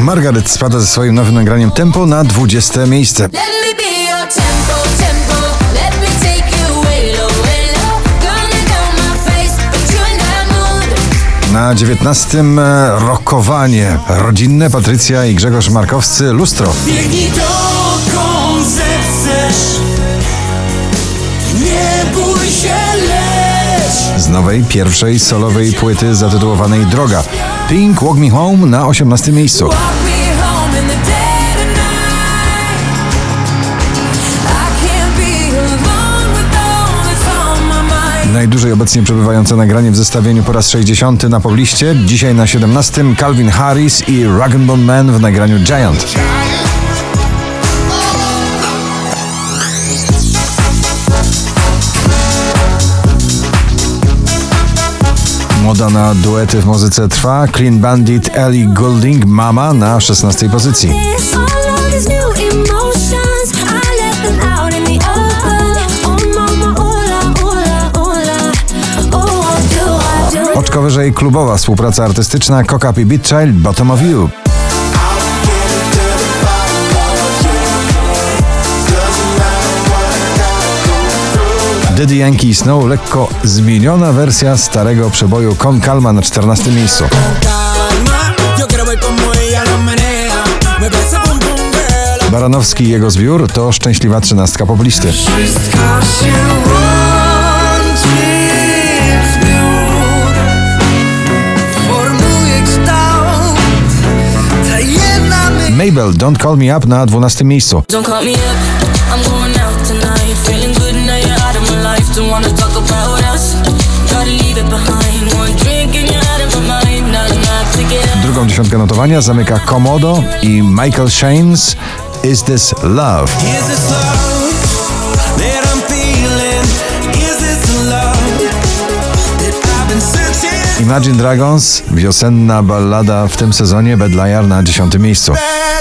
Margaret spada ze swoim nowym nagraniem Tempo na 20. miejsce. Na 19. rockowanie rodzinne, Patrycja i Grzegorz Markowscy, Lustro. Biegnij dokąd zechcesz, nie bój się, leć. Z nowej, pierwszej solowej płyty zatytułowanej Droga. Pink, Walk Me Home na 18. miejscu. Najdłużej obecnie przebywające nagranie w zestawieniu po raz 60. na pobliście. Dzisiaj na 17. Calvin Harris i Rag & Bone Man w nagraniu Giant. Moda na duety w muzyce trwa. Clean Bandit, Ellie Goulding, Mama na 16. pozycji. Oczko wyżej klubowa współpraca artystyczna Cock Up i Beat Child, Bottom of You. Daddy Yankee i Snow, lekko zmieniona wersja starego przeboju Con Calma na 14. miejscu. Baranowski i jego zbiór to szczęśliwa 13. poblisty. Mabel, Don't Call Me Up na 12. miejscu. Drugą dziesiątkę notowania zamyka Komodo i Michael Shane's Is This Love. Imagine Dragons, wiosenna ballada w tym sezonie, Bad Liar na 10. miejscu.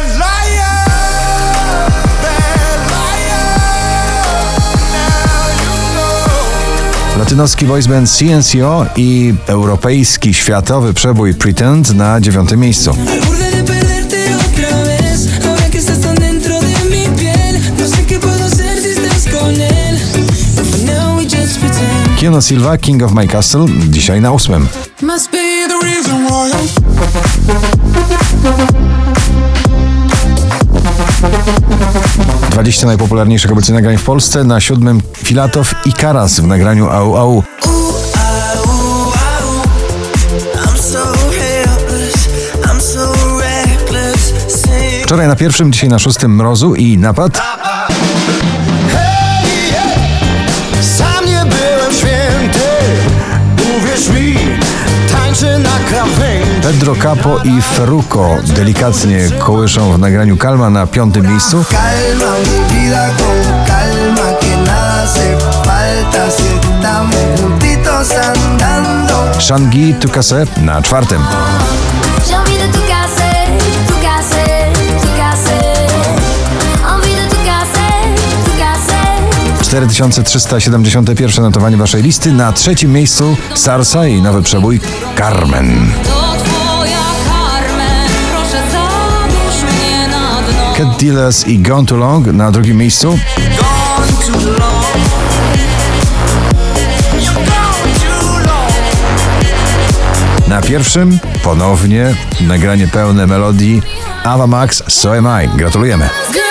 Latynoski voice band CNCO i europejski, światowy przebój Pretend na 9. miejscu. Keanu Silva, King of My Castle, dzisiaj na 8. 20 najpopularniejszych obecnie nagrań w Polsce. Na 7. Filatow i Karas w nagraniu Au Au. Wczoraj na 1., dzisiaj na 6. Mrozu i Napad. Sam nie byłem święty, uwierz mi, tańczę na krawędzi. Pedro Capo i Ferrucco delikatnie kołyszą w nagraniu Calma na 5. miejscu. Shangi Tukase na 4. 4371 notowanie waszej listy. Na 3. miejscu Sarsa i nowy przebój Carmen. Cat Dealers i Gone Too Long na 2. miejscu. Na 1. ponownie nagranie pełne melodii Ava Max, So Am I. Gratulujemy.